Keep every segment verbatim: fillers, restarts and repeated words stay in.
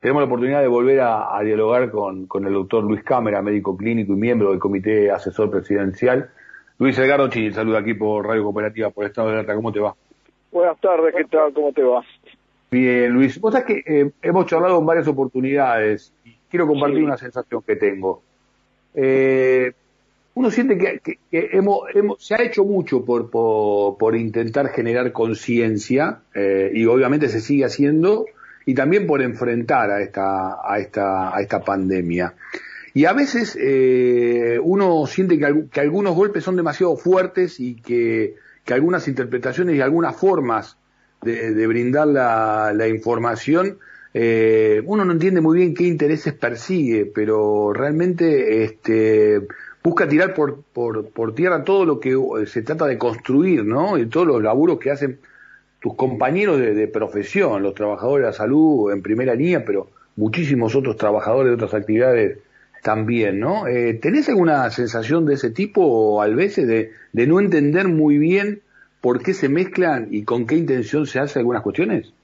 tenemos la oportunidad de volver a, a dialogar con, con el doctor Luis Cámara, médico clínico y miembro del Comité Asesor Presidencial. Luis Edgardo Chil, saluda aquí por Radio Cooperativa, por Estado de Alerta. ¿Cómo te va? Buenas tardes, ¿qué tal? ¿Cómo te va? Bien, Luis. Vos sabés que eh, hemos charlado en varias oportunidades y quiero compartir Sí. una sensación que tengo. Eh, uno siente que, que, que hemos, hemos, se ha hecho mucho por, por, por intentar generar conciencia eh, y obviamente se sigue haciendo, y también por enfrentar a esta, a esta, a esta pandemia. Y a veces eh, uno siente que, que algunos golpes son demasiado fuertes y que, que algunas interpretaciones y algunas formas de, de brindar la, la información, eh, uno no entiende muy bien qué intereses persigue, pero realmente este, busca tirar por, por, por tierra todo lo que se trata de construir, ¿no? Y todos los laburos que hacen tus compañeros de, de profesión, los trabajadores de la salud en primera línea, pero muchísimos otros trabajadores de otras actividades también, ¿no? Eh, ¿Tenés alguna sensación de ese tipo, a veces, de, de no entender muy bien por qué se mezclan y con qué intención se hacen algunas cuestiones?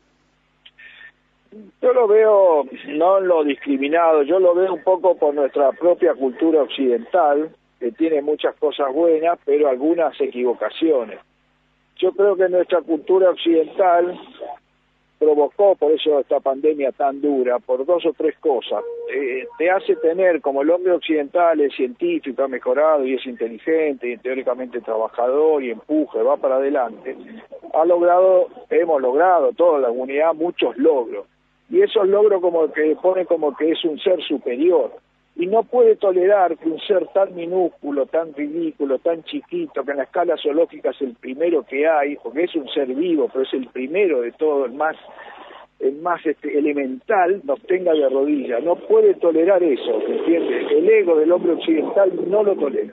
Yo lo veo, no en lo discriminado, yo lo veo un poco por nuestra propia cultura occidental, que tiene muchas cosas buenas, pero algunas equivocaciones. Yo creo que nuestra cultura occidental provocó por eso esta pandemia tan dura, por dos o tres cosas. Eh, te hace tener, como el hombre occidental es científico, ha mejorado y es inteligente y teóricamente trabajador y empuje, va para adelante, ha logrado, hemos logrado, toda la humanidad, muchos logros. Y esos logros como que pone como que es un ser superior. Y no puede tolerar que un ser tan minúsculo, tan ridículo, tan chiquito, que en la escala zoológica es el primero que hay, porque es un ser vivo, pero es el primero de todo, el más el más este, elemental, nos tenga de rodillas. No puede tolerar eso, ¿entiendes? El ego del hombre occidental no lo tolera.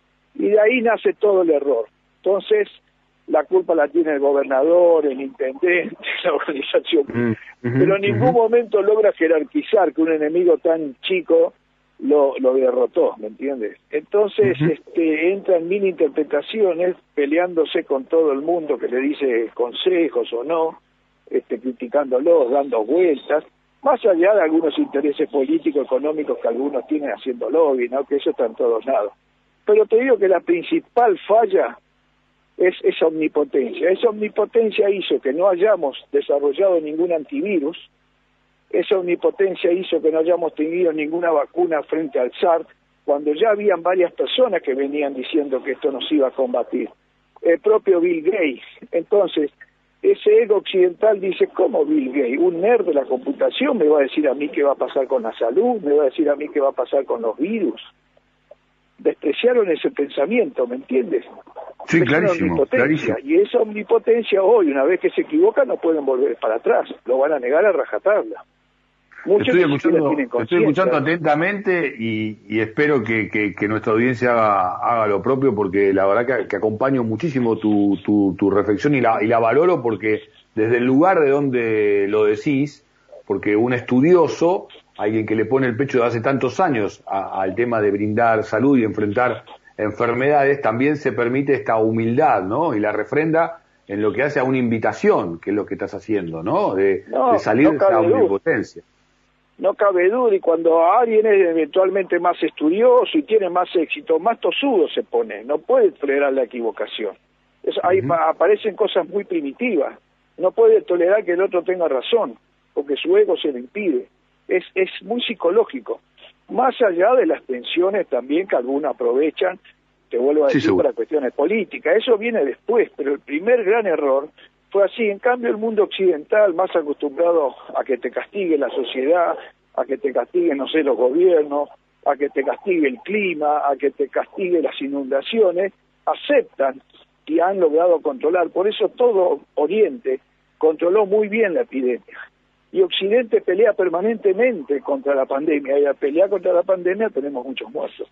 Y de ahí nace todo el error. Entonces, la culpa la tiene el gobernador, el intendente, la organización, Mm, uh-huh, pero en ningún uh-huh. momento logra jerarquizar que un enemigo tan chico lo, lo derrotó, ¿me entiendes? Entonces uh-huh. este, entran mil interpretaciones, peleándose con todo el mundo que le dice consejos o no, este, criticándolos, dando vueltas, más allá de algunos intereses políticos, económicos que algunos tienen haciendo lobby, ¿no? Que eso está en todos lados. Pero te digo que la principal falla es esa omnipotencia. Esa omnipotencia hizo que no hayamos desarrollado ningún antivirus, esa omnipotencia hizo que no hayamos tenido ninguna vacuna frente al SARS, cuando ya habían varias personas que venían diciendo que esto nos iba a combatir. El propio Bill Gates. Entonces, ese ego occidental dice, ¿cómo Bill Gates? Un nerd de la computación me va a decir a mí qué va a pasar con la salud, me va a decir a mí qué va a pasar con los virus. Despreciaron ese pensamiento, ¿me entiendes? Sí, es clarísimo, una omnipotencia, clarísimo. y esa omnipotencia hoy, una vez que se equivoca, no pueden volver para atrás, lo van a negar a rajatabla. Muchos Estoy ni siquiera escuchando, tienen estoy conciencia. escuchando atentamente y, y espero que, que, que nuestra audiencia haga, haga lo propio, porque la verdad que, que acompaño muchísimo tu, tu, tu reflexión y la, y la valoro, porque desde el lugar de donde lo decís, porque un estudioso, alguien que le pone el pecho de hace tantos años a, al tema de brindar salud y enfrentar enfermedades, también se permite esta humildad, ¿no? Y la refrenda en lo que hace a una invitación, que es lo que estás haciendo, ¿no? De, No, de salir no de esa cabe duda. omnipotencia. No cabe duda, y cuando alguien es eventualmente más estudioso y tiene más éxito, más tosudo se pone, no puede tolerar la equivocación. Es, ahí Uh-huh. pa- aparecen cosas muy primitivas, no puede tolerar que el otro tenga razón, porque su ego se lo impide. Es, es muy psicológico, más allá de las tensiones también que algunos aprovechan, te vuelvo a Sí, decir, seguro. para cuestiones políticas, eso viene después, pero el primer gran error fue así. En cambio, el mundo occidental, más acostumbrado a que te castigue la sociedad, a que te castigue, no sé, los gobiernos, a que te castigue el clima, a que te castigue las inundaciones, aceptan y han logrado controlar. Por eso todo Oriente controló muy bien la epidemia. Y Occidente pelea permanentemente contra la pandemia, y al pelear contra la pandemia tenemos muchos muertos.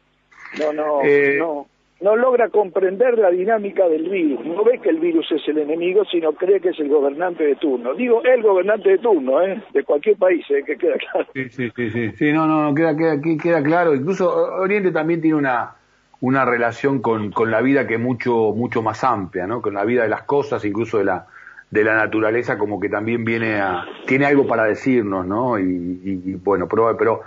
No, no, Eh... no. No logra comprender la dinámica del virus, no ve que el virus es el enemigo, sino cree que es el gobernante de turno. Digo, el gobernante de turno, ¿eh? De cualquier país, ¿eh? Que queda claro. Sí, sí, sí, sí, sí, no, no, no, queda, queda, queda claro. Incluso Oriente también tiene una, una relación con, con la vida que es mucho, mucho más amplia, ¿no? Con la vida de las cosas, incluso de la, de la naturaleza como que también viene a, tiene algo para decirnos, ¿no? Y, y, y bueno, pero, pero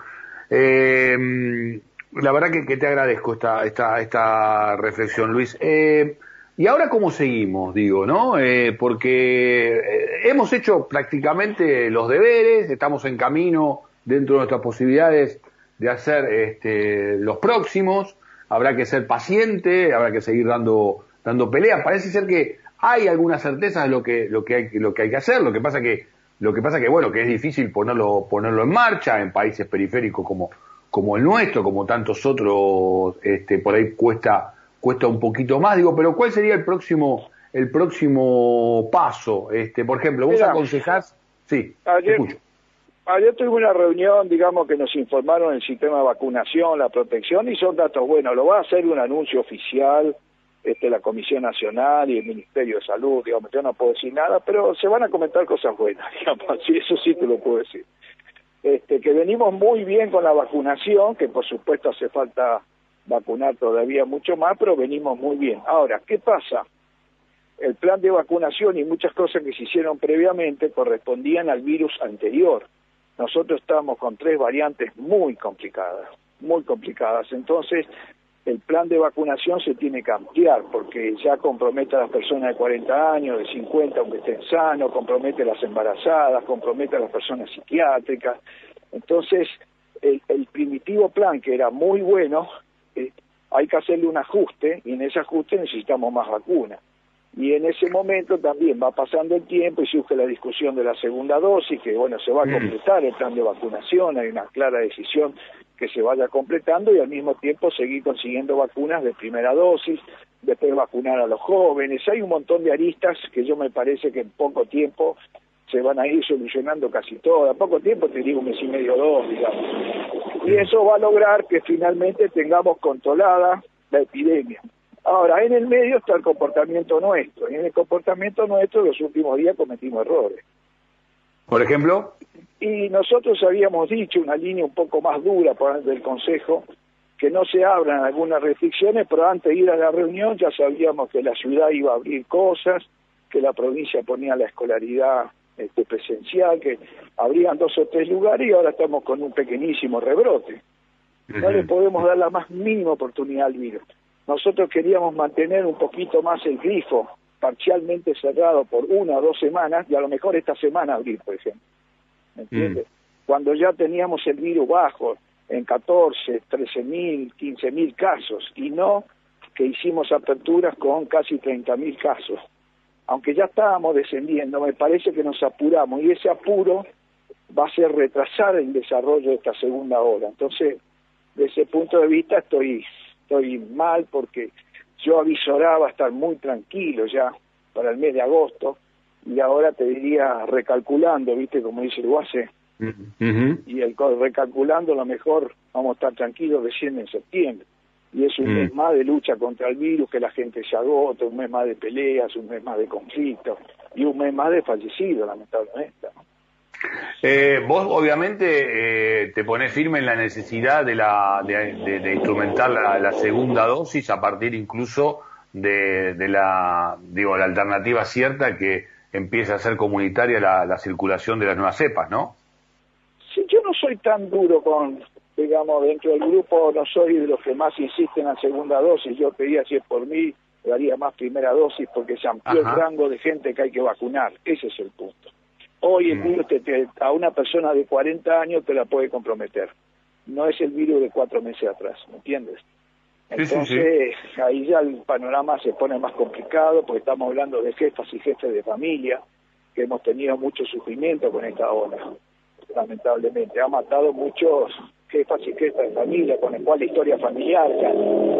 eh, la verdad que, que te agradezco esta, esta, esta reflexión, Luis. Eh, y ahora cómo seguimos, digo, ¿no? Eh, porque eh, hemos hecho prácticamente los deberes, estamos en camino dentro de nuestras posibilidades de hacer este, los próximos, habrá que ser paciente, habrá que seguir dando, dando peleas. Parece ser que hay algunas certezas de lo que, lo que hay, lo que hay que hacer, lo que pasa que, lo que pasa que bueno, que es difícil ponerlo, ponerlo en marcha en países periféricos como, como el nuestro, como tantos otros, este, por ahí cuesta, cuesta un poquito más, digo, pero ¿cuál sería el próximo, el próximo paso? Este, por ejemplo, vos Mira, aconsejás, sí, ayer, escucho. ayer tuve una reunión, digamos, que nos informaron el sistema de vacunación, la protección, y son datos buenos. Lo va a hacer un anuncio oficial, este, la Comisión Nacional y el Ministerio de Salud, digamos, yo no puedo decir nada, pero se van a comentar cosas buenas, digamos, sí, eso sí te lo puedo decir. Este, que venimos muy bien con la vacunación, que por supuesto hace falta vacunar todavía mucho más, pero venimos muy bien. Ahora, ¿qué pasa? El plan de vacunación y muchas cosas que se hicieron previamente correspondían al virus anterior. Nosotros estamos con tres variantes muy complicadas, muy complicadas. Entonces, el plan de vacunación se tiene que ampliar, porque ya compromete a las personas de cuarenta años, de cincuenta, aunque estén sanos, compromete a las embarazadas, compromete a las personas psiquiátricas. Entonces, el, el primitivo plan, que era muy bueno, eh, hay que hacerle un ajuste, y en ese ajuste necesitamos más vacunas. Y en ese momento también va pasando el tiempo y surge la discusión de la segunda dosis, que bueno, se va a completar el plan de vacunación, hay una clara decisión que se vaya completando, y al mismo tiempo seguir consiguiendo vacunas de primera dosis, después vacunar a los jóvenes. Hay un montón de aristas que yo me parece que en poco tiempo se van a ir solucionando casi todas. En poco tiempo, te digo un mes y medio, dos, digamos. Y eso va a lograr que finalmente tengamos controlada la epidemia. Ahora, en el medio está el comportamiento nuestro, y en el comportamiento nuestro los últimos días cometimos errores. Por ejemplo, y nosotros habíamos dicho una línea un poco más dura por parte del Consejo, que no se abran algunas restricciones, pero antes de ir a la reunión ya sabíamos que la ciudad iba a abrir cosas, que la provincia ponía la escolaridad este, presencial, que abrían dos o tres lugares, y ahora estamos con un pequeñísimo rebrote. No uh-huh. le podemos dar la más mínima oportunidad al virus. Nosotros queríamos mantener un poquito más el grifo parcialmente cerrado por una o dos semanas, y a lo mejor esta semana abrir, por ejemplo. ¿Me entiendes? Mm. Cuando ya teníamos el virus bajo, en catorce, trece mil, quince mil casos, y no que hicimos aperturas con casi treinta mil casos. Aunque ya estábamos descendiendo, me parece que nos apuramos, y ese apuro va a ser retrasar el desarrollo de esta segunda ola. Entonces, desde ese punto de vista estoy... estoy mal, porque yo avisoraba estar muy tranquilo ya para el mes de agosto, y ahora te diría recalculando, viste, como dice el Guase, uh-huh. y el recalculando, a lo mejor vamos a estar tranquilos recién en septiembre, y es un uh-huh. mes más de lucha contra el virus, que la gente se agota, un mes más de peleas, un mes más de conflictos, y un mes más de fallecidos, lamentablemente, ¿no? Eh, vos obviamente eh, te ponés firme en la necesidad de la de, de, de instrumentar la, la segunda dosis a partir incluso de, de la digo la alternativa cierta que empieza a ser comunitaria la, la circulación de las nuevas cepas, ¿no? Sí, yo no soy tan duro con, digamos, dentro del grupo no soy de los que más insisten en la segunda dosis. Yo pedía, si es por mí, daría más primera dosis, porque se amplió Ajá. el rango de gente que hay que vacunar. Ese es el punto. Hoy el virus te, te, a una persona de cuarenta años te la puede comprometer. No es el virus de cuatro meses atrás, ¿me entiendes? Entonces, sí, sí, sí. ahí ya el panorama se pone más complicado, porque estamos hablando de jefas y jefes de familia, que hemos tenido mucho sufrimiento con esta ola, lamentablemente. Ha matado muchos jefas y jefas de familia, con el cual la historia familiar, ya,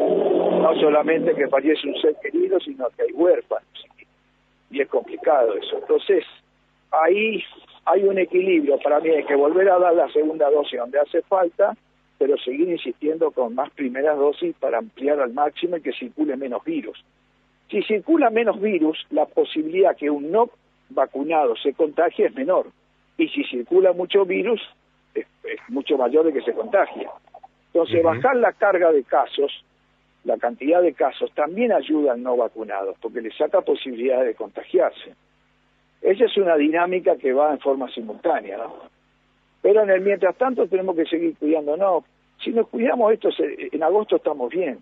no solamente que fallece un ser querido, sino que hay huérfanos. Y es complicado eso. Entonces, ahí hay un equilibrio. Para mí hay que volver a dar la segunda dosis donde hace falta, pero seguir insistiendo con más primeras dosis para ampliar al máximo y que circule menos virus. Si circula menos virus, la posibilidad que un no vacunado se contagie es menor. Y si circula mucho virus, es, es mucho mayor de que se contagie. Entonces, uh-huh. bajar la carga de casos, la cantidad de casos, también ayuda al no vacunado, porque le saca posibilidad de contagiarse. Esa es una dinámica que va en forma simultánea, ¿no? Pero en el mientras tanto tenemos que seguir cuidándonos. Si nos cuidamos esto, en agosto estamos bien.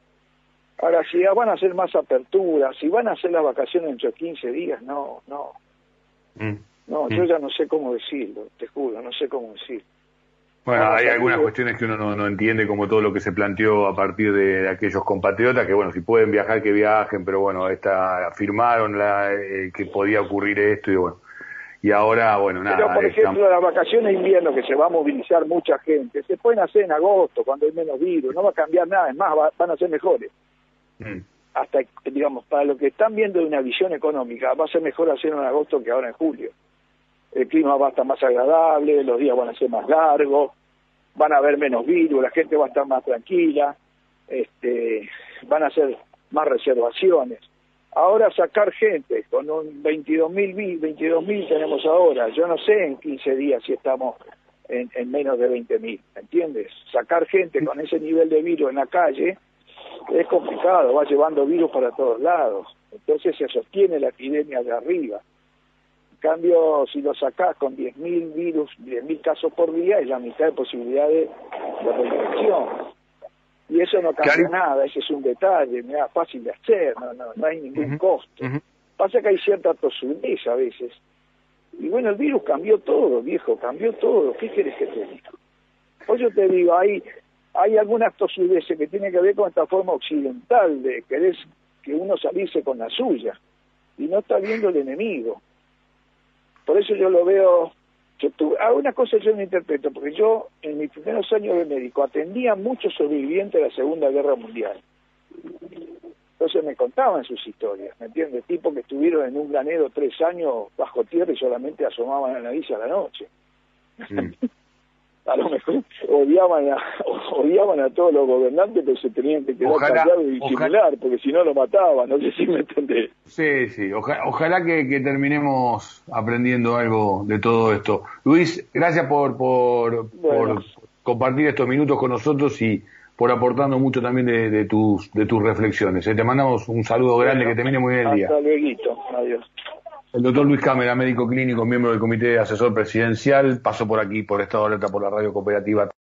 Ahora, si van a hacer más aperturas, si van a hacer las vacaciones dentro de quince días, no, no. Mm. No, mm. yo ya no sé cómo decirlo, te juro, no sé cómo decirlo. Bueno, hay algunas cuestiones que uno no, no entiende, como todo lo que se planteó a partir de, de aquellos compatriotas, que bueno, si pueden viajar, que viajen, pero bueno, esta, afirmaron la, eh, que podía ocurrir esto y bueno, y ahora, bueno, nada. Pero, por ejemplo, estamos... las vacaciones de invierno, que se va a movilizar mucha gente, se pueden hacer en agosto, cuando hay menos virus, no va a cambiar nada, es más, va, van a ser mejores. Mm. Hasta, digamos, para lo que están viendo de una visión económica, va a ser mejor hacer en agosto que ahora en julio. El clima va a estar más agradable, los días van a ser más largos, van a haber menos virus, la gente va a estar más tranquila, este, van a hacer más reservaciones. Ahora sacar gente con un veintidós mil tenemos ahora, yo no sé en quince días si estamos en, en menos de veinte mil, ¿entiendes? Sacar gente con ese nivel de virus en la calle es complicado, va llevando virus para todos lados, entonces se sostiene la epidemia de arriba. En cambio, si lo sacás con diez mil virus, diez mil casos por día, es la mitad de posibilidades de reinfección. Y eso no cambia claro. nada, ese es un detalle, mira, fácil de hacer, no, no, no hay ningún uh-huh. costo. Uh-huh. Pasa que hay cierta tosudez a veces. Y bueno, el virus cambió todo, viejo, cambió todo. ¿Qué quieres que te diga? Pues yo te digo, hay, hay algunas tosudeces que tienen que ver con esta forma occidental de querer que uno salirse con la suya y no está viendo el enemigo. Por eso yo lo veo, yo tuve, ah, una cosa yo no interpreto, porque yo en mis primeros años de médico atendía a muchos sobrevivientes de la Segunda Guerra Mundial. Entonces me contaban sus historias, ¿me entiendes? Tipos que estuvieron en un granero tres años bajo tierra y solamente asomaban la nariz a la noche. Mm. A lo mejor odiaban a, odiaban a todos los gobernantes, pero se tenían que quedar callados y disimular, porque si no lo mataban, no sé si me entendés. Sí, sí, ojalá, ojalá que, que terminemos aprendiendo algo de todo esto. Luis, gracias por, por, bueno. por compartir estos minutos con nosotros y por aportando mucho también de, de tus de tus reflexiones. Te mandamos un saludo grande, bueno, que termine muy bien el día. Hasta luego, adiós. El doctor Luis Cámara, médico clínico, miembro del Comité Asesor Presidencial, pasó por aquí, por Estado de Alerta, por la Radio Cooperativa.